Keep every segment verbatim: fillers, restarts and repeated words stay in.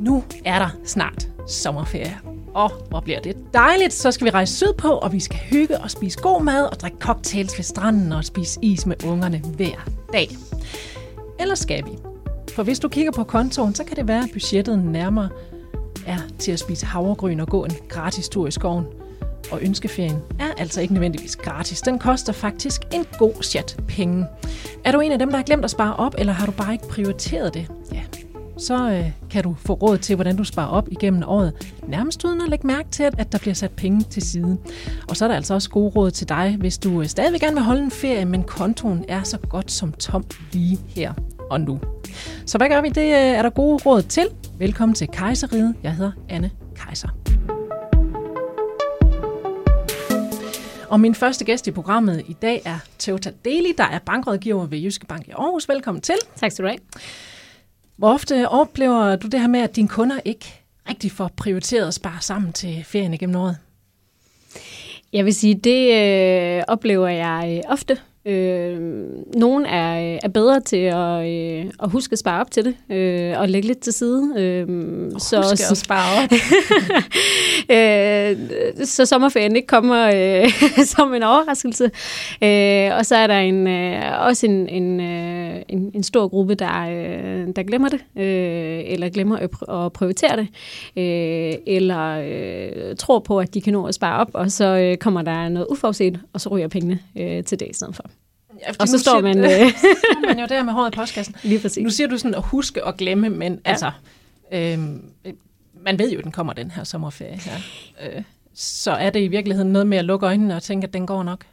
Nu er der snart sommerferie. Og hvor bliver det dejligt, så skal vi rejse sydpå, og vi skal hygge og spise god mad og drikke cocktails ved stranden og spise is med ungerne hver dag. Eller skal vi? For hvis du kigger på kontoen, så kan det være, at budgettet nærmere er til at spise havregryn og gå en gratis tur i skoven. Og ønskeferien er altså ikke nødvendigvis gratis. Den koster faktisk en god chat penge. Er du en af dem, der har glemt at spare op, eller har du bare ikke prioriteret det? Ja, så øh, kan du få råd til, hvordan du sparer op igennem året, nærmest uden at lægge mærke til, at der bliver sat penge til side. Og så er der altså også gode råd til dig, hvis du øh, stadig gerne vil holde en ferie, men kontoen er så godt som tom lige her og nu. Så hvad gør vi? Det øh, er der gode råd til. Velkommen til Kejserriget. Jeg hedder Anne Kejser. Og min første gæst i programmet i dag er Teota Deli, der er bankrådgiver ved Jyske Bank i Aarhus. Velkommen til. Tak skal du have. Hvor ofte oplever du det her med, at dine kunder ikke rigtig får prioriteret at spare sammen til ferien igennem året? Jeg vil sige, det øh, oplever jeg øh, ofte. Øh, nogle er, er bedre til at, øh, at huske at spare op til det, øh, og lægge lidt til side. Øh, så huske at spare op. øh, så sommerferien ikke kommer øh, som en overraskelse. Øh, og så er der en, øh, også en, en, øh, en, en stor gruppe, der, øh, der glemmer det, øh, eller glemmer at, pr- at prioritere det, øh, eller øh, tror på, at de kan nå at spare op, og så øh, kommer der noget uforudset, og så ryger pengene øh, til det i stedet for. Ja, og så står, man, øh... så står man jo der med håret i postkassen. Lige præcis. Nu siger du sådan at huske og glemme, men ja. altså, øh, man ved jo, at den kommer den her sommerferie her. Øh, så er det i virkeligheden noget med at lukke øjnene og tænke, at den går nok?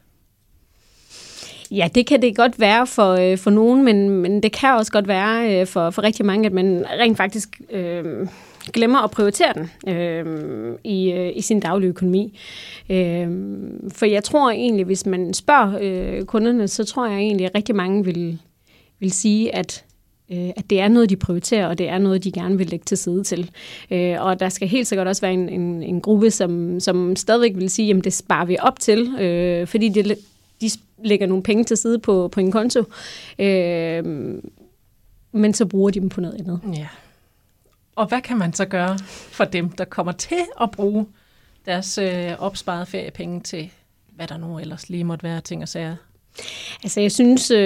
Ja, det kan det godt være for, for nogen, men, men det kan også godt være for, for rigtig mange, at man rent faktisk øh, glemmer at prioritere den øh, i, i sin daglige økonomi. Øh, for jeg tror egentlig, hvis man spørger øh, kunderne, så tror jeg egentlig, at rigtig mange vil, vil sige, at at det er noget, de prioriterer, og det er noget, de gerne vil lægge til side til. Øh, og der skal helt sikkert også være en, en, en gruppe, som, som stadigvæk vil sige, jamen det sparer vi op til, øh, fordi det, de lægger nogle penge til side på, på en konto, øh, men så bruger de dem på noget andet. Ja. Og hvad kan man så gøre for dem, der kommer til at bruge deres øh, opsparede feriepenge til, hvad der nu ellers lige måtte være ting og sager? Altså jeg synes, øh,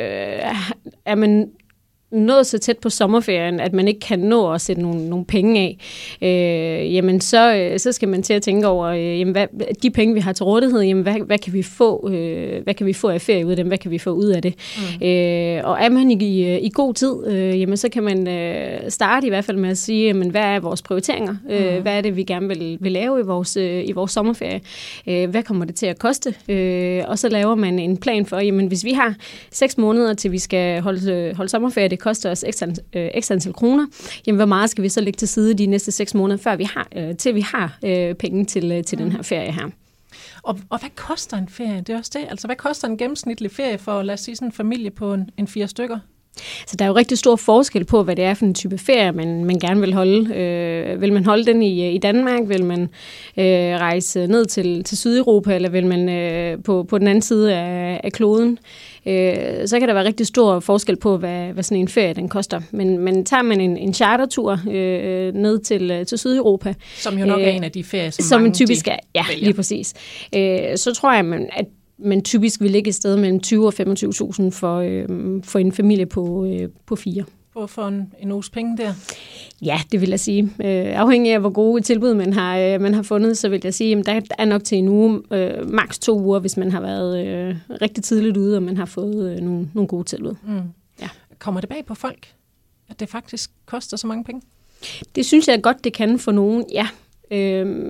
er man nået så tæt på sommerferien, at man ikke kan nå at sætte nogle, nogle penge af, øh, jamen så, så skal man til at tænke over, øh, jamen hvad, de penge, vi har til rådighed, jamen hvad, hvad kan vi få, øh, hvad kan vi få af ferie ud af dem, hvad kan vi få ud af det? Mm. Øh, og er man i, i god tid, øh, jamen så kan man øh, starte i hvert fald med at sige, jamen hvad er vores prioriteringer? Mm. Øh, hvad er det, vi gerne vil, vil lave i vores, øh, i vores sommerferie? Øh, hvad kommer det til at koste? Øh, og så laver man en plan for, jamen hvis vi har seks måneder til vi skal holde, holde sommerferie, det koster os ekstra, øh, ekstra antal kroner, jamen hvor meget skal vi så lægge til side de næste seks måneder, før vi har, øh, til vi har øh, penge til, øh, til mm. den her ferie her. Og, og hvad koster en ferie? Det er også det. Altså hvad koster en gennemsnitlig ferie for, lad os sige, sådan en familie på en, en fire stykker? Så der er jo rigtig stor forskel på, hvad det er for en type ferie, man, man gerne vil holde. Øh, vil man holde den i, i Danmark? Vil man øh, rejse ned til, til Sydeuropa? Eller vil man øh, på, på den anden side af, af kloden? Øh, så kan der være rigtig stor forskel på, hvad, hvad sådan en ferie den koster. Men, men tager man en, en chartertur øh, ned til, til Sydeuropa, som jo nok øh, er en af de ferier, som, som mange en typisk er, ja, vælger. Lige præcis. Øh, så tror jeg, man, at man typisk vil ligge et sted mellem tyve og femogtyve tusind for, øh, for en familie på, øh, på fire. På for en, en uges penge der? Ja, det vil jeg sige. Øh, afhængig af, hvor gode tilbud man har, øh, man har fundet, så vil jeg sige, at der er nok til en uge, øh, maks to uger, hvis man har været øh, rigtig tidligt ude, og man har fået øh, nogle, nogle gode tilbud. Mm. Ja. Kommer det bag på folk, at det faktisk koster så mange penge? Det synes jeg godt, det kan for nogen, ja. Øh,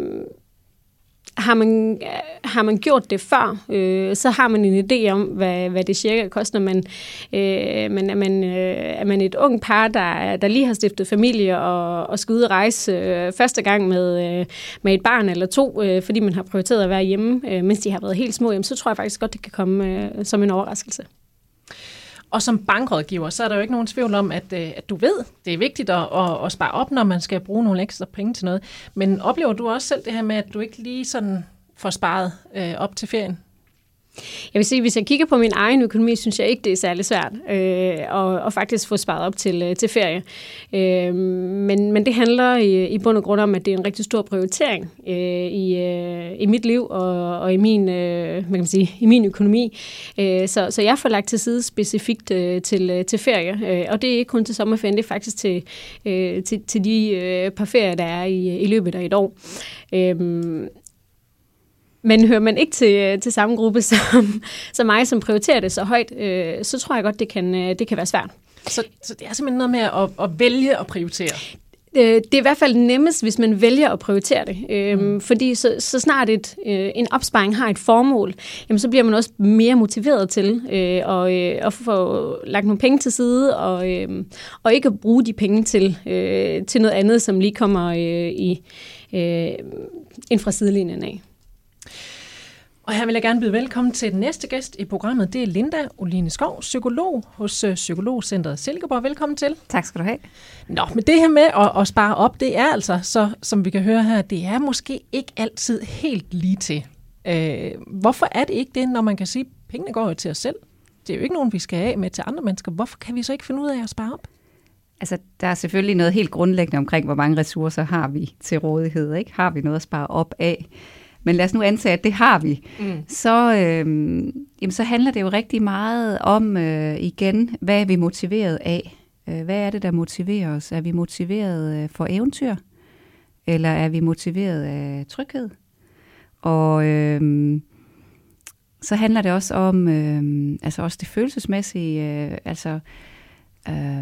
Har man, har man gjort det før, øh, så har man en idé om, hvad, hvad det cirka koster. Men, øh, men er, man, øh, er man et ung par, der, der lige har stiftet familie og, og skal ud og rejse øh, første gang med, øh, med et barn eller to, øh, fordi man har prioriteret at være hjemme, øh, mens de har været helt små, jamen, så tror jeg faktisk godt, det kan komme øh, som en overraskelse. Og som bankrådgiver, så er der jo ikke nogen tvivl om, at, at du ved, det er vigtigt at, at, at spare op, når man skal bruge nogle ekstra penge til noget. Men oplever du også selv det her med, at du ikke lige sådan får sparet øh, op til ferien? Jeg vil sige, hvis jeg kigger på min egen økonomi, synes jeg ikke, det er særlig svært øh, at, at faktisk få sparet op til, til ferie. Øh, men, men det handler i, i bund og grund om, at det er en rigtig stor prioritering øh, i, øh, i mit liv og, og i, min, øh, hvad kan man sige, i min økonomi. Øh, så, så jeg får lagt til side specifikt øh, til, til ferie, øh, og det er ikke kun til sommerferien, det er faktisk til, øh, til, til de øh, par ferier, der er i, i løbet af et år. Øh, Men hører man ikke til, til samme gruppe som, som mig, som prioriterer det så højt, øh, så tror jeg godt, det kan, det kan være svært. Så, så det er simpelthen noget med at, at vælge at prioritere? Øh, det er i hvert fald nemmest, hvis man vælger at prioritere det. Øh, mm. Fordi så, så snart et, øh, en opsparing har et formål, jamen, så bliver man også mere motiveret til øh, og, øh, at få lagt nogle penge til side, og, øh, og ikke at bruge de penge til, øh, til noget andet, som lige kommer øh, i, øh, ind fra sidelinjen af. Og her vil jeg gerne byde velkommen til den næste gæst i programmet. Det er Linda Oline Skov, psykolog hos Psykologcentret Silkeborg. Velkommen til. Tak skal du have. Nå, men det her med at, at spare op, det er altså, så, som vi kan høre her, det er måske ikke altid helt lige til. Øh, hvorfor er det ikke det, når man kan sige, at pengene går jo til os selv? Det er jo ikke nogen, vi skal have med til andre mennesker. Hvorfor kan vi så ikke finde ud af at spare op? Altså, der er selvfølgelig noget helt grundlæggende omkring, hvor mange ressourcer har vi til rådighed, ikke? Har vi noget at spare op af? Men lad os nu antage, at det har vi. Mm. Så, øh, jamen, så handler det jo rigtig meget om, øh, igen, hvad er vi motiveret af? Øh, hvad er det, der motiverer os? Er vi motiveret for eventyr? Eller er vi motiveret af tryghed? Og øh, så handler det også om, øh, altså også det følelsesmæssige, øh, altså øh,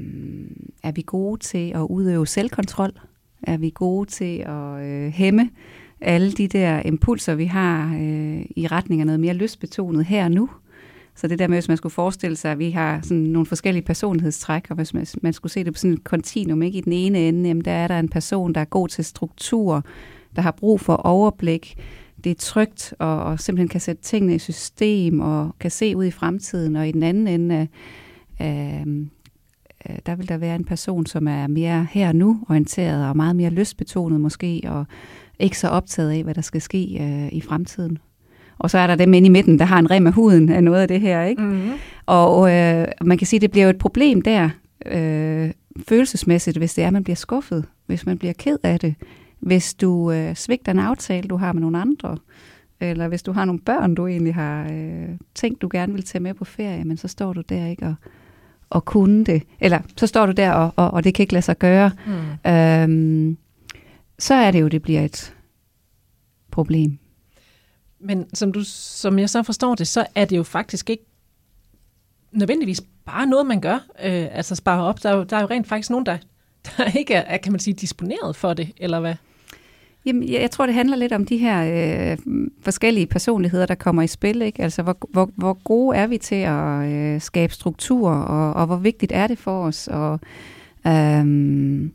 er vi gode til at udøve selvkontrol? Er vi gode til at øh, hæmme alle de der impulser, vi har øh, i retning af noget mere lystbetonet her og nu? Så det der med, hvis man skulle forestille sig, at vi har sådan nogle forskellige personlighedstræk, og hvis man, man skulle se det på sådan et kontinuum, ikke? I den ene ende, jamen, der er der en person, der er god til struktur, der har brug for overblik, det er trygt, og, og simpelthen kan sætte tingene i system, og kan se ud i fremtiden, og i den anden ende, øh, øh, der vil der være en person, som er mere her og nu orienteret, og meget mere lystbetonet måske, og ikke så optaget af, hvad der skal ske øh, i fremtiden. Og så er der dem inde i midten, der har en rem af huden af noget af det her, ikke? Mm-hmm. Og øh, man kan sige, at det bliver jo et problem der, øh, følelsesmæssigt, hvis det er, at man bliver skuffet, hvis man bliver ked af det, hvis du øh, svigter en aftale, du har med nogle andre, eller hvis du har nogle børn, du egentlig har øh, tænkt, du gerne vil tage med på ferie, men så står du der ikke og, og kunne det, eller så står du der, og, og, og det kan ikke lade sig gøre. Mm. Øhm, så er det jo, det bliver et problem. Men som, du, som jeg så forstår det, så er det jo faktisk ikke nødvendigvis bare noget, man gør. Øh, altså spare op. Der er, jo, der er jo rent faktisk nogen, der, der ikke er, er, kan man sige, disponeret for det, eller hvad? Jamen, jeg tror, det handler lidt om de her øh, forskellige personligheder, der kommer i spil, ikke? Altså, hvor, hvor, hvor gode er vi til at øh, skabe struktur, og, og hvor vigtigt er det for os? Og øh,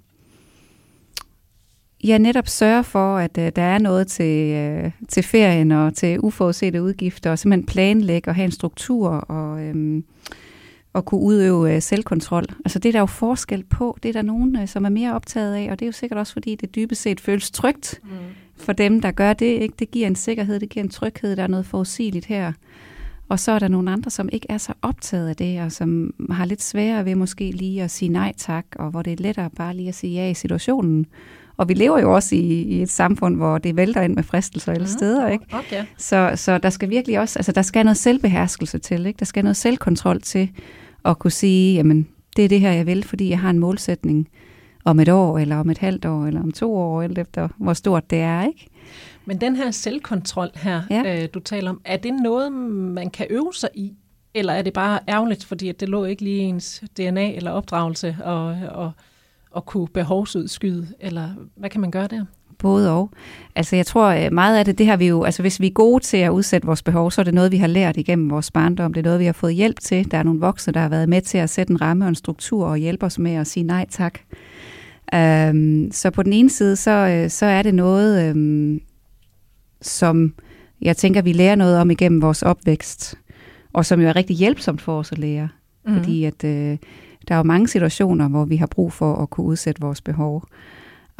ja, netop sørge for, at uh, der er noget til, uh, til ferien og til uforudsete udgifter, og simpelthen planlægge og have en struktur og, um, og kunne udøve uh, selvkontrol. Altså det er der jo forskel på. Det er der nogen, uh, som er mere optaget af, og det er jo sikkert også, fordi det dybest set føles trygt mm. for dem, der gør det. Ikke? Det giver en sikkerhed, det giver en tryghed, der er noget forudsigeligt her. Og så er der nogle andre, som ikke er så optaget af det, og som har lidt sværere ved måske lige at sige nej tak, og hvor det er lettere bare lige at sige ja i situationen. Og vi lever jo også i, i et samfund, hvor det vælter ind med fristelser alle steder, ikke? Okay. Så, så der skal virkelig også, altså der skal noget selvbeherskelse til, ikke? Der skal noget selvkontrol til at kunne sige, jamen det er det her, jeg vil, fordi jeg har en målsætning om et år, eller om et halvt år, eller om to år, alt efter hvor stort det er, ikke? Men den her selvkontrol her, ja. øh, du taler om, er det noget, man kan øve sig i? Eller er det bare ærgerligt, fordi at det lå ikke lige i ens D N A eller opdragelse, og, og at kunne behovsudskyde, eller hvad kan man gøre der? Både og. Altså jeg tror meget af det, det har vi jo, altså hvis vi er gode til at udsætte vores behov, så er det noget, vi har lært igennem vores barndom. Det er noget, vi har fået hjælp til. Der er nogle voksne, der har været med til at sætte en ramme og en struktur og hjælpe os med at sige nej tak. Um, så på den ene side, så, så er det noget, um, som jeg tænker, vi lærer noget om igennem vores opvækst, og som jo er rigtig hjælpsomt for os at lære. Mm. Fordi at uh, der er jo mange situationer, hvor vi har brug for at kunne udsætte vores behov.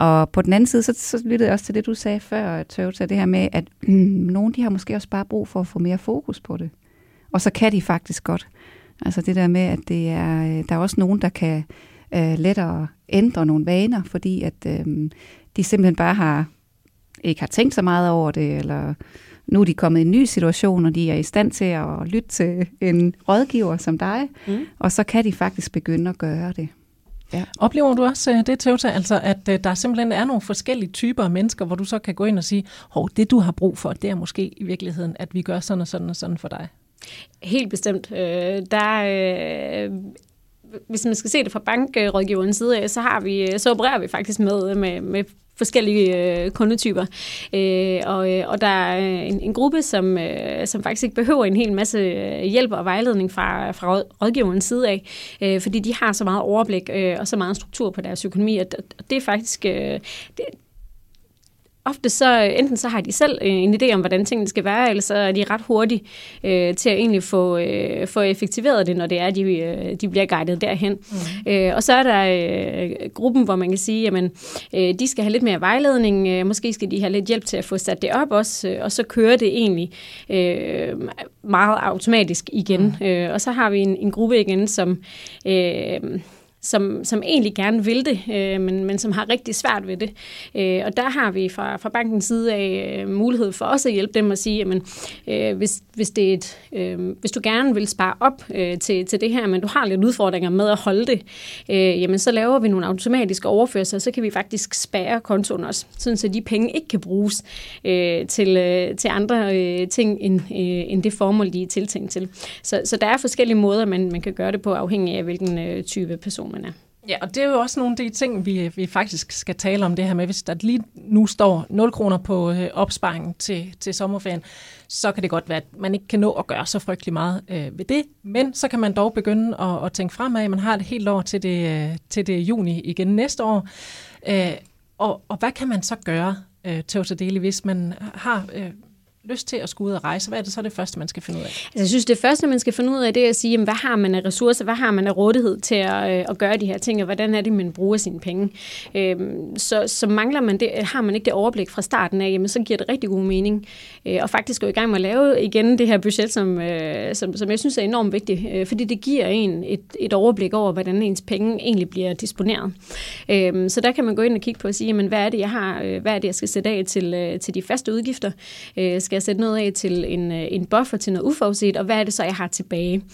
Og på den anden side, så, så lyttede jeg også til det, du sagde før, Toyota, det her med, at mm, nogen de har måske også bare brug for at få mere fokus på det. Og så kan de faktisk godt. Altså det der med, at det er, der er også nogen, der kan øh, lettere ændre nogle vaner, fordi at øh, de simpelthen bare har ikke har tænkt så meget over det, eller nu er de kommet i en ny situation, og de er i stand til at lytte til en rådgiver som dig, mm. og så kan de faktisk begynde at gøre det. Ja. Oplever du også det, Toyota, altså at der simpelthen er nogle forskellige typer af mennesker, hvor du så kan gå ind og sige, hov, det du har brug for, det er måske i virkeligheden, at vi gør sådan og sådan og sådan for dig? Helt bestemt. Øh, der øh, hvis man skal se det fra bankrådgiverens side, så har vi, så opererer vi faktisk med, med, med forskellige øh, kundetyper. Øh, og, og der er en, en gruppe, som, øh, som faktisk ikke behøver en hel masse hjælp og vejledning fra, fra rådgiverens side af, øh, fordi de har så meget overblik øh, og så meget struktur på deres økonomi, og det er faktisk... Øh, det, Ofte så, enten så har de selv en idé om, hvordan tingene skal være, eller så er de ret hurtige øh, til at egentlig få, øh, få effektiveret det, når det er, de, øh, de bliver guidet derhen. Mm. Øh, og så er der øh, gruppen, hvor man kan sige, jamen, øh, de skal have lidt mere vejledning, øh, måske skal de have lidt hjælp til at få sat det op også, øh, og så kører det egentlig øh, meget automatisk igen. Mm. Øh, og så har vi en, en gruppe igen, som... Øh, Som, som egentlig gerne vil det, øh, men, men som har rigtig svært ved det. Øh, og der har vi fra, fra bankens side af øh, mulighed for også at hjælpe dem at sige, jamen, øh, hvis, hvis, det er et, øh, hvis du gerne vil spare op øh, til, til det her, men du har lidt udfordringer med at holde det, øh, jamen, så laver vi nogle automatiske overførsler, og så kan vi faktisk spærre kontoen også, sådan så de penge ikke kan bruges øh, til, øh, til andre øh, ting, end, øh, end det formål, de er tiltænkt til. Så, så der er forskellige måder, man, man kan gøre det på, afhængig af, hvilken øh, type person man er. Ja, og det er jo også nogle af de ting, vi, vi faktisk skal tale om det her med. Hvis der lige nu står nul kroner på øh, opsparingen til, til sommerferien, så kan det godt være, at man ikke kan nå at gøre så frygtelig meget øh, ved det. Men så kan man dog begynde at, at tænke fremad. Man har et helt år til det, øh, til det juni igen næste år. Øh, og, og hvad kan man så gøre, øh, Toyota Deli, hvis man har... Øh, lyst til at skulle ud og rejse, hvad er det så det første, man skal finde ud af? Altså, jeg synes, det første, man skal finde ud af, det er at sige, jamen, hvad har man af ressourcer, hvad har man af rådighed til at, øh, at gøre de her ting, og hvordan er det, man bruger sine penge. Øhm, så, så mangler man det, har man ikke det overblik fra starten af, jamen, så giver det rigtig god mening. Øh, og faktisk gå i gang med at lave igen det her budget, som, øh, som, som jeg synes er enormt vigtigt, øh, fordi det giver en et, et overblik over, hvordan ens penge egentlig bliver disponeret. Øh, så der kan man gå ind og kigge på og sige, jamen, hvad er det, jeg har, øh, hvad er det, jeg skal sætte af til, øh, til de faste udgifter? Øh, skal jeg sætte noget af til en, en buffer til noget uforudset, og hvad er det så, jeg har tilbage?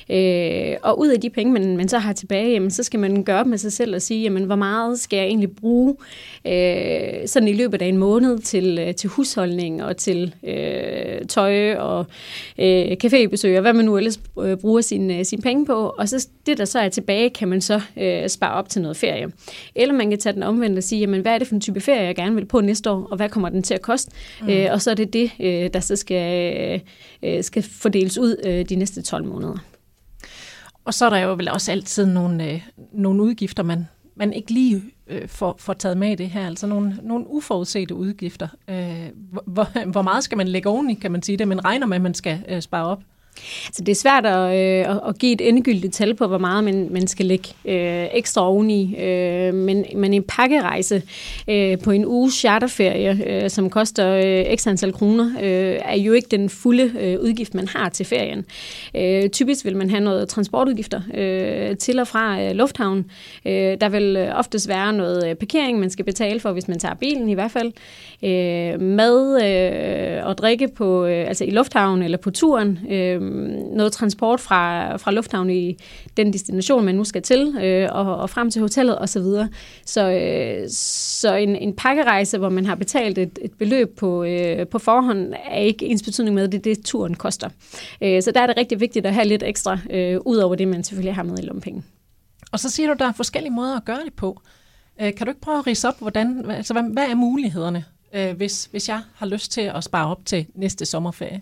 Øh, og ud af de penge, man, man så har tilbage, jamen, så skal man gøre op med sig selv og sige, jamen, hvor meget skal jeg egentlig bruge øh, sådan i løbet af en måned til, til husholdning og til øh, tøj og øh, cafébesøg, og hvad man nu ellers øh, bruger sine sin penge på. Og så det, der så er tilbage, kan man så øh, spare op til noget ferie. Eller man kan tage den omvendt og sige, jamen, hvad er det for en type ferie, jeg gerne vil på næste år, og hvad kommer den til at koste? Mm. Øh, og så er det det, øh, der så skal, øh, skal fordeles ud øh, de næste tolv måneder. Og så er der jo vel også altid nogle, øh, nogle udgifter, man, man ikke lige øh, får, får taget med i det her. Altså nogle, nogle uforudsete udgifter. Øh, hvor, hvor meget skal man lægge oveni, kan man sige det, men regner med, at man skal øh, spare op? Så det er svært at, øh, at give et endegyldigt tal på, hvor meget man, man skal lægge øh, ekstra oveni. Øh, men, men en pakkerejse øh, på en uges charterferie, øh, som koster øh, x antal kroner, øh, er jo ikke den fulde øh, udgift, man har til ferien. Øh, typisk vil man have noget transportudgifter øh, til og fra øh, lufthavnen. Øh, der vil oftest være noget parkering, man skal betale for, hvis man tager bilen i hvert fald. Øh, mad øh, og drikke på, øh, altså i lufthavnen eller på turen. Øh, noget transport fra, fra lufthavnen i den destination, man nu skal til, øh, og, og frem til hotellet osv. Så, så, øh, så en, en pakkerejse, hvor man har betalt et, et beløb på, øh, på forhånd, er ikke ens betydning med, at det er det, turen koster. Øh, så der er det rigtig vigtigt at have lidt ekstra, øh, ud over det, man selvfølgelig har med i lommepenge. Og så siger du, at der er forskellige måder at gøre det på. Øh, kan du ikke prøve at ridse op, hvordan, altså, hvad, hvad er mulighederne, øh, hvis, hvis jeg har lyst til at spare op til næste sommerferie?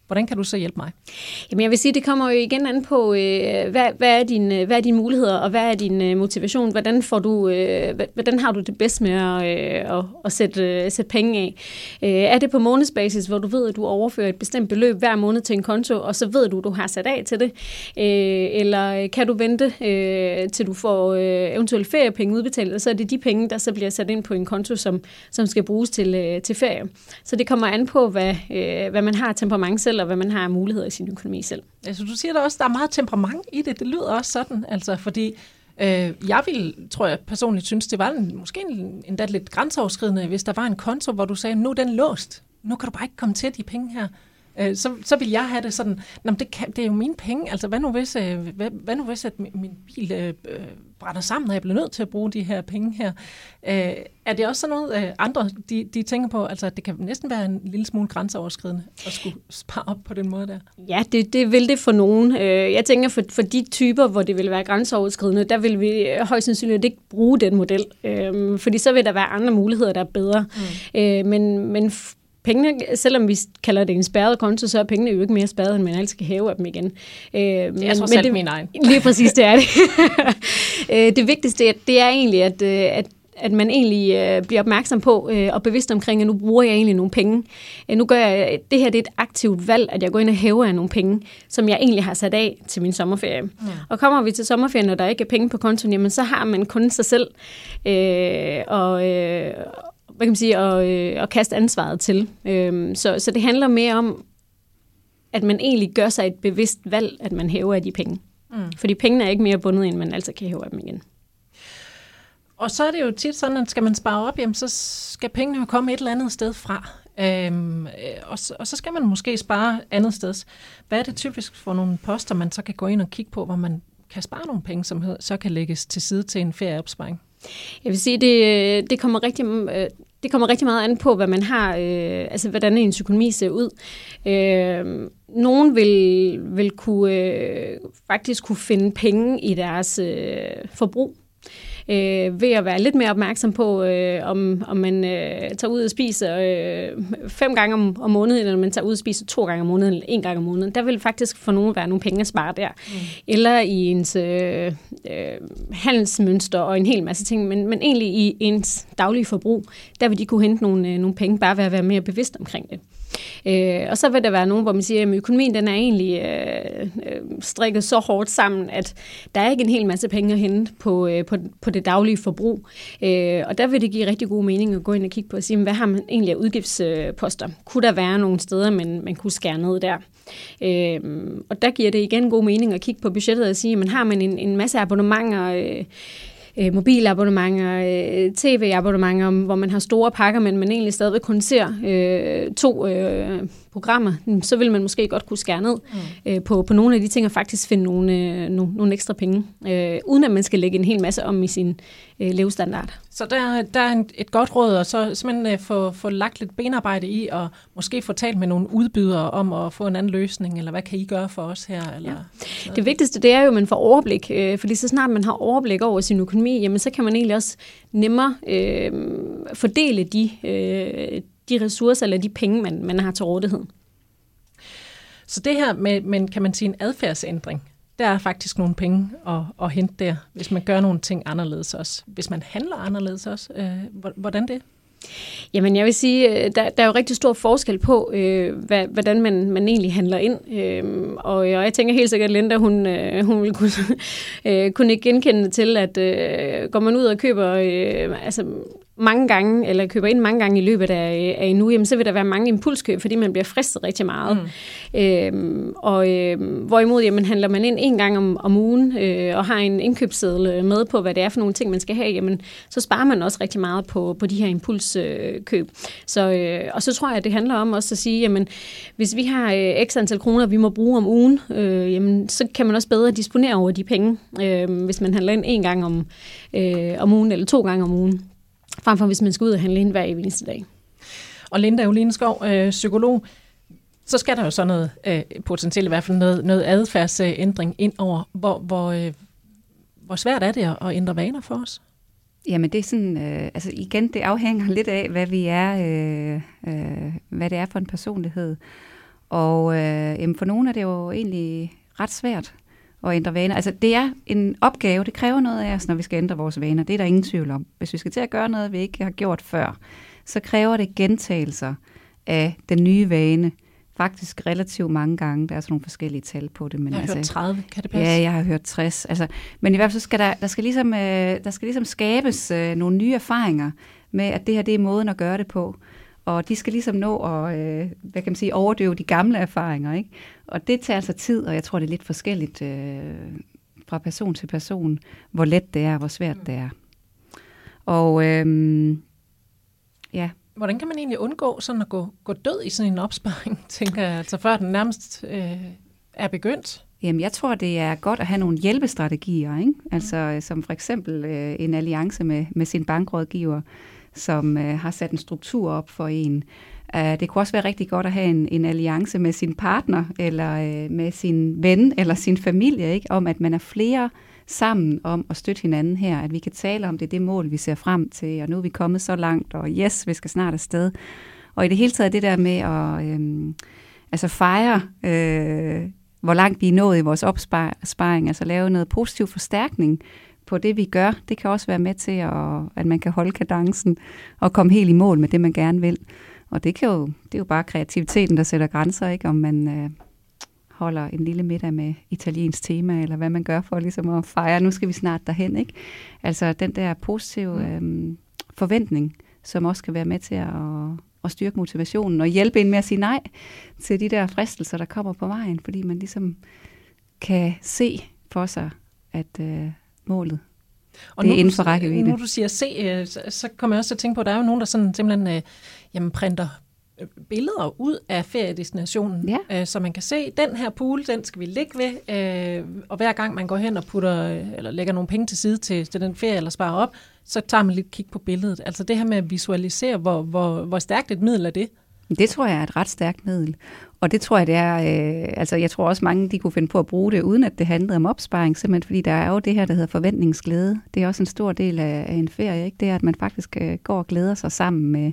Hvordan kan du så hjælpe mig? Jamen jeg vil sige, det kommer jo igen an på, øh, hvad, hvad, er din, hvad er dine muligheder, og hvad er din øh, motivation? Hvordan, får du, øh, hvordan har du det bedst med at, øh, at, at sætte, øh, sætte penge af? Øh, er det på månedsbasis, hvor du ved, at du overfører et bestemt beløb hver måned til en konto, og så ved du, at du har sat af til det? Øh, eller kan du vente, øh, til du får øh, eventuelle feriepenge udbetalt, og så er det de penge, der så bliver sat ind på en konto, som, som skal bruges til, øh, til ferie. Så det kommer an på, hvad, øh, hvad man har af temperament selv, og hvad man har af muligheder i sin økonomi selv. Altså, du siger da også, at der er meget temperament i det. Det lyder også sådan, altså, fordi øh, jeg vil, tror jeg personligt synes, det var en, måske en, endda lidt grænseoverskridende, hvis der var en konto, hvor du sagde, nu er den låst. Nu kan du bare ikke komme til de penge her. Øh, så, så vil jeg have det sådan, det, kan, det er jo mine penge. Altså, hvad nu hvis, øh, hvad, hvad nu hvis at min, min bil øh, brænder sammen, og jeg bliver nødt til at bruge de her penge her? Øh, er det også sådan noget, øh, andre de, de tænker på? Altså, det kan næsten være en lille smule grænseoverskridende at skulle spare op på den måde der. Ja, det, det vil det for nogen. Jeg tænker, for, for de typer, hvor det vil være grænseoverskridende, der vil vi højst sandsynligt ikke bruge den model. Øh, fordi så vil der være andre muligheder, der er bedre. Mm. Øh, men, men pengene, selvom vi kalder det en spærret konto, så er pengene jo ikke mere spærret, end man altid kan hæve af dem igen. Øh, det er men, så selv min egen. Lige præcis, det er det. Det vigtigste, det er egentlig, at, at at man egentlig øh, bliver opmærksom på øh, og bevidst omkring, at nu bruger jeg egentlig nogle penge. Øh, nu gør jeg, det her det er et aktivt valg, at jeg går ind og hæver af nogle penge, som jeg egentlig har sat af til min sommerferie. Mm. Og kommer vi til sommerferien, når der ikke er penge på kontoen, jamen så har man kun sig selv øh, og, øh, hvad kan man sige, og, øh, og kaste ansvaret til. Øh, så, så det handler mere om, at man egentlig gør sig et bevidst valg, at man hæver af de penge. Mm. Fordi pengene er ikke mere bundet, end man altid kan hæve af dem igen. Og så er det jo tit sådan, at skal man spare op, jamen, så skal pengene jo komme et eller andet sted fra. Øhm, og, så, og så skal man måske spare andet sted. Hvad er det typisk for nogle poster, man så kan gå ind og kigge på, hvor man kan spare nogle penge, som så kan lægges til side til en ferieopsparing? Jeg vil sige, det, det kommer rigtig... Det kommer rigtig meget an på, hvad man har, øh, altså hvordan ens økonomi ser ud. Øh, nogen vil, vil kunne, øh, faktisk kunne finde penge i deres øh, forbrug, Øh, ved at være lidt mere opmærksom på, øh, om, om man øh, tager ud og spiser øh, fem gange om, om måneden, eller man tager ud og spiser to gange om måneden, eller en gang om måneden. Der vil faktisk for nogen være nogle penge at spare der. Mm. Eller i ens øh, øh, handelsmønster og en hel masse ting, men, men egentlig i ens daglige forbrug, der vil de kunne hente nogle, øh, nogle penge, bare ved at være mere bevidst omkring det. Øh, og så vil der være nogen, hvor man siger, at økonomien den er egentlig øh, øh, strikket så hårdt sammen, at der er ikke en hel masse penge at hente på, øh, på, på det daglige forbrug. Øh, og der vil det give rigtig god mening at gå ind og kigge på og sige, hvad har man egentlig af udgiftsposter? Kunne der være nogle steder, man, man kunne skære ned der? Øh, og der giver det igen god mening at kigge på budgettet og sige, men har man en, en masse abonnementer, øh, Øh, mobilabonnementer, øh, tv-abonnementer, hvor man har store pakker, men man egentlig stadigvæk kun ser øh, to øh, programmer, så vil man måske godt kunne skære ned mm. øh, på, på nogle af de ting og faktisk finde nogle, øh, nogle, nogle ekstra penge, øh, uden at man skal lægge en hel masse om i sin øh, levestandard. Så der, der er et godt råd, og så simpelthen få, få lagt lidt benarbejde i, og måske få talt med nogle udbydere om at få en anden løsning, eller hvad kan I gøre for os her? Eller ja. Det vigtigste, det er jo, at man får overblik, øh, fordi så snart man har overblik over sin økonomi, jamen så kan man egentlig også nemmere øh, fordele de, øh, de ressourcer, eller de penge, man, man har til rådighed. Så det her med, med, kan man sige, en adfærdsændring, der er faktisk nogle penge at, at hente der, hvis man gør nogle ting anderledes også. Hvis man handler anderledes også. Øh, hvordan det? Jamen jeg vil sige, der, der er jo rigtig stor forskel på, øh, hvad, hvordan man, man egentlig handler ind. Øh, og, og jeg tænker helt sikkert, at Linda, hun, øh, hun vil kunne, øh, kunne genkende til, at øh, går man ud og køber øh, altså mange gange, eller køber ind mange gange i løbet af, af en uge, jamen, så vil der være mange impulskøb, fordi man bliver fristet rigtig meget. Mm. Øhm, og øh, hvorimod, jamen, handler man ind en gang om, om ugen, øh, og har en indkøbsseddel med på, hvad det er for nogle ting, man skal have, jamen, så sparer man også rigtig meget på, på de her impulskøb. Så, øh, og så tror jeg, at det handler om også at sige, jamen, hvis vi har øh, x antal kroner, vi må bruge om ugen, øh, jamen, så kan man også bedre disponere over de penge, øh, hvis man handler ind en gang om, øh, om ugen, eller to gange om ugen. Frem for hvis man skal ud og handle ind hver eneste dag. Og Linda Oline Skov, øh, psykolog, så skal der jo så noget, øh, potentielt i hvert fald noget, noget adfærdsændring ind over. Hvor, hvor, øh, hvor svært er det at ændre vaner for os? Jamen det er sådan, øh, altså igen, det afhænger lidt af, hvad vi er, øh, øh, hvad det er for en personlighed. Og øh, jamen for nogle er det jo egentlig ret svært at ændre vaner. Altså det er en opgave, det kræver noget af os, når vi skal ændre vores vaner. Det er der ingen tvivl om. Hvis vi skal til at gøre noget, vi ikke har gjort før, så kræver det gentagelser af den nye vane. Faktisk relativt mange gange. Der er sådan nogle forskellige tal på det. Men jeg har altså, hørt tredive, kan det passe? Ja, jeg har hørt tres. Altså, men i hvert fald så skal der, der, skal ligesom, øh, der skal ligesom skabes øh, nogle nye erfaringer med, at det her det er måden at gøre det på. Og de skal ligesom nå at øh, hvad kan man sige, overdøve de gamle erfaringer. Ikke? Og det tager altså tid, og jeg tror, det er lidt forskelligt øh, fra person til person, hvor let det er, og hvor svært det er. Og øh, ja... Hvordan kan man egentlig undgå sådan at gå, gå død i sådan en opsparing, tænker jeg, altså før den nærmest øh, er begyndt? Jamen, jeg tror, det er godt at have nogle hjælpestrategier, ikke? Altså som for eksempel øh, en alliance med, med sin bankrådgiver, som øh, har sat en struktur op for en. Uh, det kunne også være rigtig godt at have en, en alliance med sin partner, eller øh, med sin ven, eller sin familie, ikke? Om at man er flere sammen om at støtte hinanden her, at vi kan tale om det, det mål, vi ser frem til, og nu er vi kommet så langt, og yes, vi skal snart afsted. Og i det hele taget det der med at øh, altså fejre, øh, hvor langt vi er nået i vores opsparing, altså lave noget positiv forstærkning på det, vi gør, det kan også være med til, at, at man kan holde kadencen og komme helt i mål med det, man gerne vil. Og det, kan jo, det er jo bare kreativiteten, der sætter grænser, ikke? Om man... Øh, holder en lille middag med italiensk tema, eller hvad man gør for ligesom at fejre, nu skal vi snart derhen, ikke? Altså den der positive øhm, forventning, som også kan være med til at, at styrke motivationen, og hjælpe en med at sige nej til de der fristelser, der kommer på vejen, fordi man ligesom kan se for sig, at øh, målet, og det er inden for rækkevidde. Nu du siger se, så, så kommer jeg også til at tænke på, at der er jo nogen, der sådan simpelthen øh, jamen, printer billeder ud af feriedestinationen, ja. øh, så man kan se, den her pool, den skal vi ligge ved, øh, og hver gang man går hen og putter, eller lægger nogle penge til side til, til den ferie, eller sparer op, så tager man lidt kig på billedet. Altså det her med at visualisere, hvor, hvor, hvor stærkt et middel er det? Det tror jeg er et ret stærkt middel, og det tror jeg, det er, øh, altså jeg tror også mange, de kunne finde på at bruge det, uden at det handlede om opsparing, simpelthen fordi der er jo det her, der hedder forventningsglæde. Det er også en stor del af, af en ferie, ikke? Det er, at man faktisk øh, går og glæder sig sammen med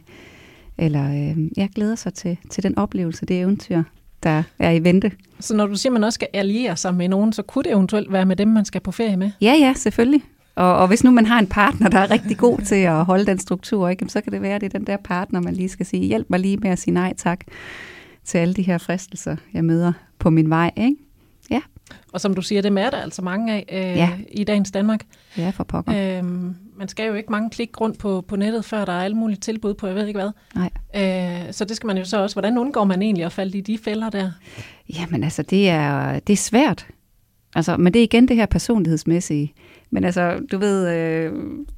eller øh, jeg glæder sig til, til den oplevelse, det eventyr, der er i vente. Så når du siger, at man også skal alliere sig med nogen, så kunne det eventuelt være med dem, man skal på ferie med? Ja, ja, selvfølgelig. Og, og hvis nu man har en partner, der er rigtig god til at holde den struktur, ikke, så kan det være, at det er den der partner, man lige skal sige, hjælp mig lige med at sige nej tak til alle de her fristelser, jeg møder på min vej, ikke? Ja. Og som du siger, det er der altså mange af øh, ja. i dagens Danmark. Ja, for pokker. Øhm, man skal jo ikke mange klik rundt på, på nettet, før der er alle mulige tilbud på, jeg ved ikke hvad. Nej. Øh, så det skal man jo så også. Hvordan undgår man egentlig at falde i de fælder der? Jamen altså, det er, det er svært. Altså, men det er igen det her personlighedsmæssige. Men altså, du ved... Øh...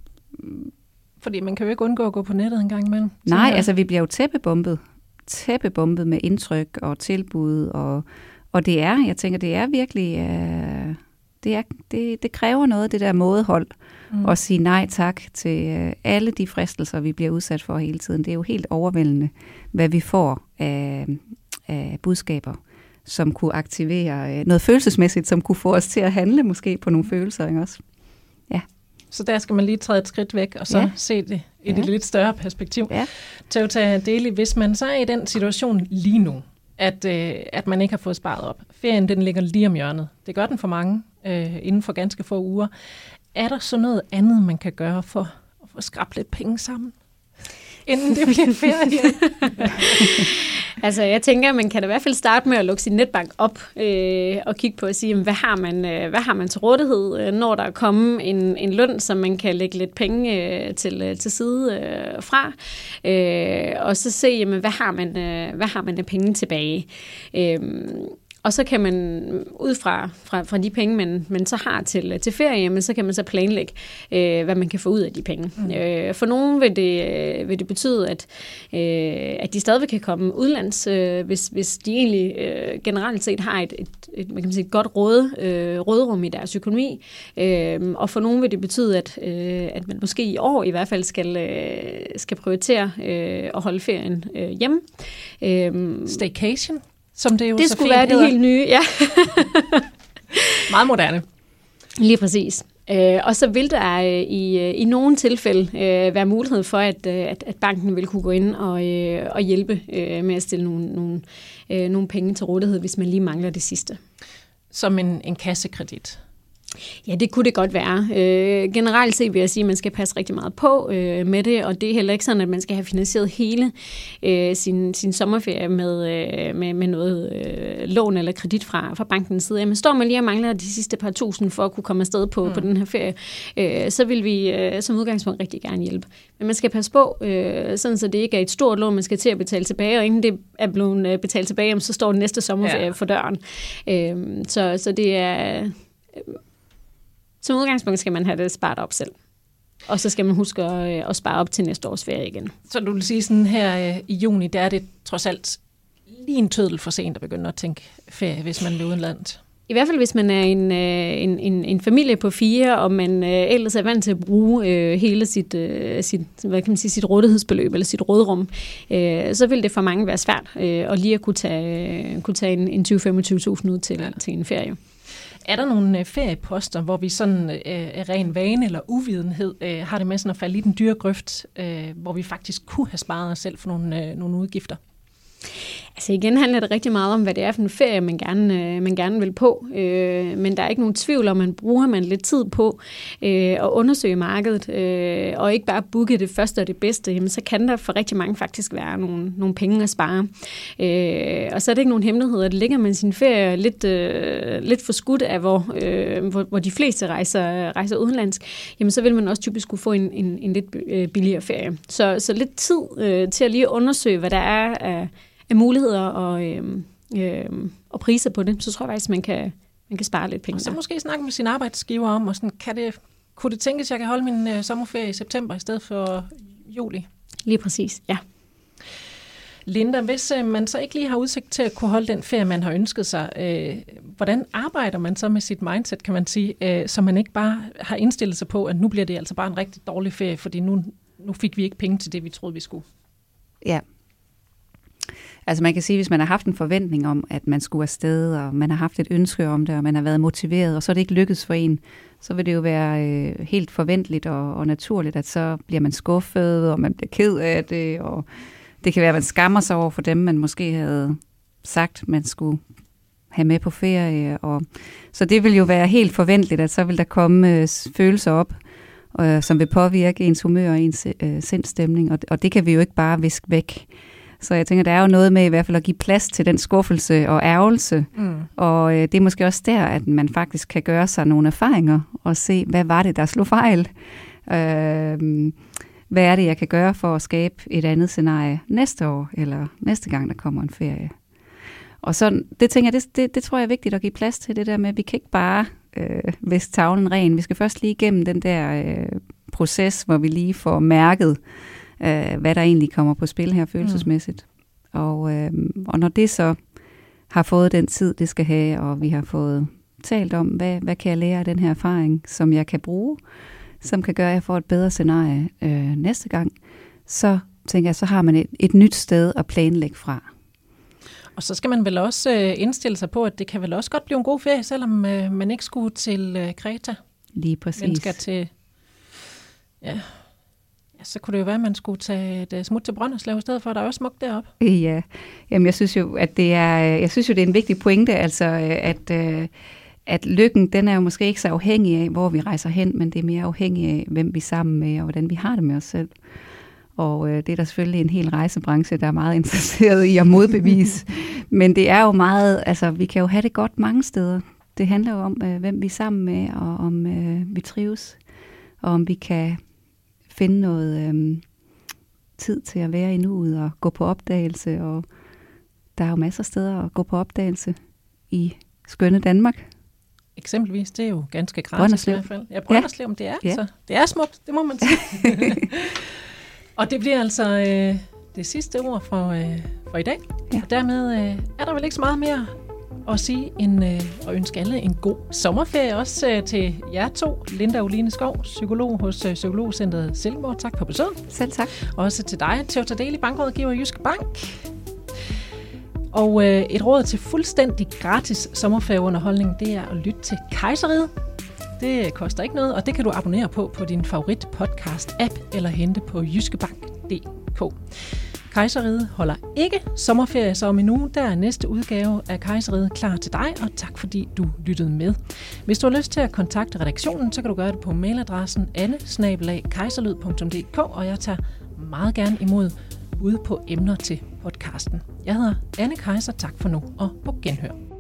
Fordi man kan jo ikke undgå at gå på nettet en gang imellem. Nej, her. Altså vi bliver jo tæppebumpet. Tæppebumpet med indtryk og tilbud og... Og det er, jeg tænker, det er virkelig, øh, det, er, det, det kræver noget, det der mådehold, mm. at sige nej tak til øh, alle de fristelser, vi bliver udsat for hele tiden. Det er jo helt overvældende, hvad vi får af, af budskaber, som kunne aktivere øh, noget følelsesmæssigt, som kunne få os til at handle måske på nogle følelser, ikke også? Ja. Så der skal man lige træde et skridt væk, og så ja. se det i ja. et lidt større perspektiv. Ja. Teuta Deli, hvis man så er i den situation lige nu, At, øh, at man ikke har fået sparet op. Ferien, den ligger lige om hjørnet. Det gør den for mange, øh, inden for ganske få uger. Er der så noget andet, man kan gøre for at få skrabt lidt penge sammen, inden det bliver ferie? Altså, jeg tænker, at man kan da i hvert fald starte med at lukke sin netbank op øh, og kigge på at sige, hvad har man, øh, hvad har man til rådighed, øh, når der er kommet en, en løn, som man kan lægge lidt penge øh, til, øh, til side øh, fra. Øh, og så se, jamen, hvad har man, øh, hvad har man af penge tilbage. Øh, Og så kan man ud fra, fra, fra de penge, man, man så har til, til ferie, men så kan man så planlægge, øh, hvad man kan få ud af de penge. Mm. Øh, for nogen vil det, øh, vil det betyde, at, øh, at de stadigvæk kan komme udlands, øh, hvis, hvis de egentlig øh, generelt set har et, et, et, man kan sige, et godt råd, øh, rådrum i deres økonomi. Øh, og for nogen vil det betyde, at, øh, at man måske i år i hvert fald skal, øh, skal prioritere øh, at holde ferien øh, hjemme. Øh, Staycation? Som det jo det så skulle være hedder. Det helt nye, ja. Meget moderne. Lige præcis. Øh, og så vil der øh, i, i nogle tilfælde øh, være mulighed for, at, øh, at, at banken vil kunne gå ind og, øh, og hjælpe øh, med at stille nogle, nogle, øh, nogle penge til rådighed, hvis man lige mangler det sidste. Som en, en kassekredit? Ja, det kunne det godt være. Øh, generelt set vil jeg sige, at man skal passe rigtig meget på øh, med det, og det er heller ikke sådan, at man skal have finansieret hele øh, sin, sin sommerferie med, øh, med, med noget øh, lån eller kredit fra, fra bankens side. Men står man lige og mangler de sidste par tusind for at kunne komme afsted på, mm. på den her ferie, øh, så vil vi øh, som udgangspunkt rigtig gerne hjælpe. Men man skal passe på, øh, sådan så det ikke er et stort lån, man skal til at betale tilbage, og inden det er blevet betalt tilbage, så står den næste sommerferie ja. for døren. Øh, så, så det er... Øh, Som udgangspunkt skal man have det sparet op selv. Og så skal man huske at, at spare op til næste års ferie igen. Så du vil sige sådan her i juni, der er det trods alt lige en tøddel for sent at begynde at tænke ferie, hvis man vil udenlandet? I hvert fald, hvis man er en, en, en, en familie på fire, og man ellers er vant til at bruge øh, hele sit, øh, sit, hvad kan man sige, sit rådighedsbeløb eller sit rådrum, øh, så vil det for mange være svært øh, at lige at kunne tage, kunne tage en, en tyve til femogtyve tusind ud til, ja. til en ferie. Er der nogle ferieposter, hvor vi sådan øh, af ren vane eller uvidenhed øh, har det med sådan at falde i den dyre grøft, øh, hvor vi faktisk kunne have sparet os selv for nogle, øh, nogle udgifter? Altså igen handler det rigtig meget om, hvad det er for en ferie, man gerne, øh, man gerne vil på. Øh, men der er ikke nogen tvivl om, man bruger man lidt tid på øh, at undersøge markedet, øh, og ikke bare booke det første og det bedste, jamen, så kan der for rigtig mange faktisk være nogle, nogle penge at spare. Øh, og så er det ikke nogen hemmelighed, at ligger man sin ferie lidt, øh, lidt for skudt af, hvor, øh, hvor, hvor de fleste rejser, rejser udenlandsk, jamen, så vil man også typisk kunne få en, en, en lidt billigere ferie. Så, så lidt tid øh, til at lige undersøge, hvad der er af af muligheder og, øh, øh, og priser på det, så tror jeg faktisk, man kan, man kan spare lidt penge. Og så der. måske snakke med sin arbejdsgiver om, og sådan, kan det, kunne det tænkes, at jeg kan holde min øh, sommerferie i september i stedet for juli? Lige præcis, ja. Linda, hvis øh, man så ikke lige har udsigt til at kunne holde den ferie, man har ønsket sig, øh, hvordan arbejder man så med sit mindset, kan man sige, øh, så man ikke bare har indstillet sig på, at nu bliver det altså bare en rigtig dårlig ferie, fordi nu, nu fik vi ikke penge til det, vi troede, vi skulle? Ja. Altså man kan sige, hvis man har haft en forventning om, at man skulle afsted, og man har haft et ønske om det, og man har været motiveret, og så er det ikke lykkedes for en, så vil det jo være øh, helt forventeligt og, og naturligt, at så bliver man skuffet, og man bliver ked af det, og det kan være, at man skammer sig over for dem, man måske havde sagt, man skulle have med på ferie. Og, så det vil jo være helt forventeligt, at så vil der komme øh, følelser op, øh, som vil påvirke ens humør og ens øh, sindstemning, og, og det kan vi jo ikke bare viske væk. Så jeg tænker, der er jo noget med i hvert fald at give plads til den skuffelse og ærgelse. Mm. Og øh, det er måske også der, at man faktisk kan gøre sig nogle erfaringer og se, hvad var det, der slog fejl? Øh, hvad er det, jeg kan gøre for at skabe et andet scenarie næste år, eller næste gang, der kommer en ferie? Og så, det tænker jeg, det, det, det tror jeg er vigtigt at give plads til, det der med, at vi kan ikke bare øh, viske tavlen ren. Vi skal først lige igennem den der øh, proces, hvor vi lige får mærket, Uh, hvad der egentlig kommer på spil her følelsesmæssigt. Mm. Og, uh, og når det så har fået den tid, det skal have, og vi har fået talt om, hvad, hvad kan jeg lære af den her erfaring, som jeg kan bruge, som kan gøre, at jeg får et bedre scenarie uh, næste gang, så tænker jeg, så har man et, et nyt sted at planlægge fra. Og så skal man vel også uh, indstille sig på, at det kan vel også godt blive en god ferie, selvom uh, man ikke skulle til uh, Kreta. Lige præcis. Man skal til... Ja... Så kunne det jo være, at man skulle tage et smut til Brønderslev i stedet for, der er også smukt deroppe. Ja, jamen jeg synes jo, at det er, jeg synes jo, det er en vigtig pointe, altså at, at lykken, den er jo måske ikke så afhængig af, hvor vi rejser hen, men det er mere afhængig af, hvem vi er sammen med, og hvordan vi har det med os selv. Og det er der selvfølgelig en hel rejsebranche, der er meget interesseret i at modbevise. Men det er jo meget, altså vi kan jo have det godt mange steder. Det handler jo om, hvem vi er sammen med, og om vi trives, og om vi kan finde noget øhm, tid til at være i nuet og gå på opdagelse, og der er jo masser af steder at gå på opdagelse i skønne Danmark. Eksempelvis, det er jo ganske gratis i hvert fald. Ja, Brønderslev, ja. det er ja. Så det er smukt, det må man sige. Og det bliver altså øh, det sidste ord for, øh, for i dag. Ja. Og dermed øh, er der vel ikke så meget mere at sige end øh, at ønske alle en god sommerferie. Også øh, til jer to, Linda Oline Skov, psykolog hos øh, Psykologcentret Silkeborg. Tak for besøget. Selv tak. Også til dig, Theodor Deli, bankrådgiver i Jyske Bank. Og øh, et råd til fuldstændig gratis sommerferieunderholdning, det er at lytte til Kejseriet. Det koster ikke noget, og det kan du abonnere på på din favorit podcast-app eller hente på jyskebank punktum d k. Kejserriget holder ikke sommerferie, så om en uge, der er næste udgave af Kejserriget klar til dig, og tak fordi du lyttede med. Hvis du har lyst til at kontakte redaktionen, så kan du gøre det på mailadressen anne bindestreg kejserlyd punktum d k, og jeg tager meget gerne imod bud på emner til podcasten. Jeg hedder Anne Kejser, tak for nu, og på genhør.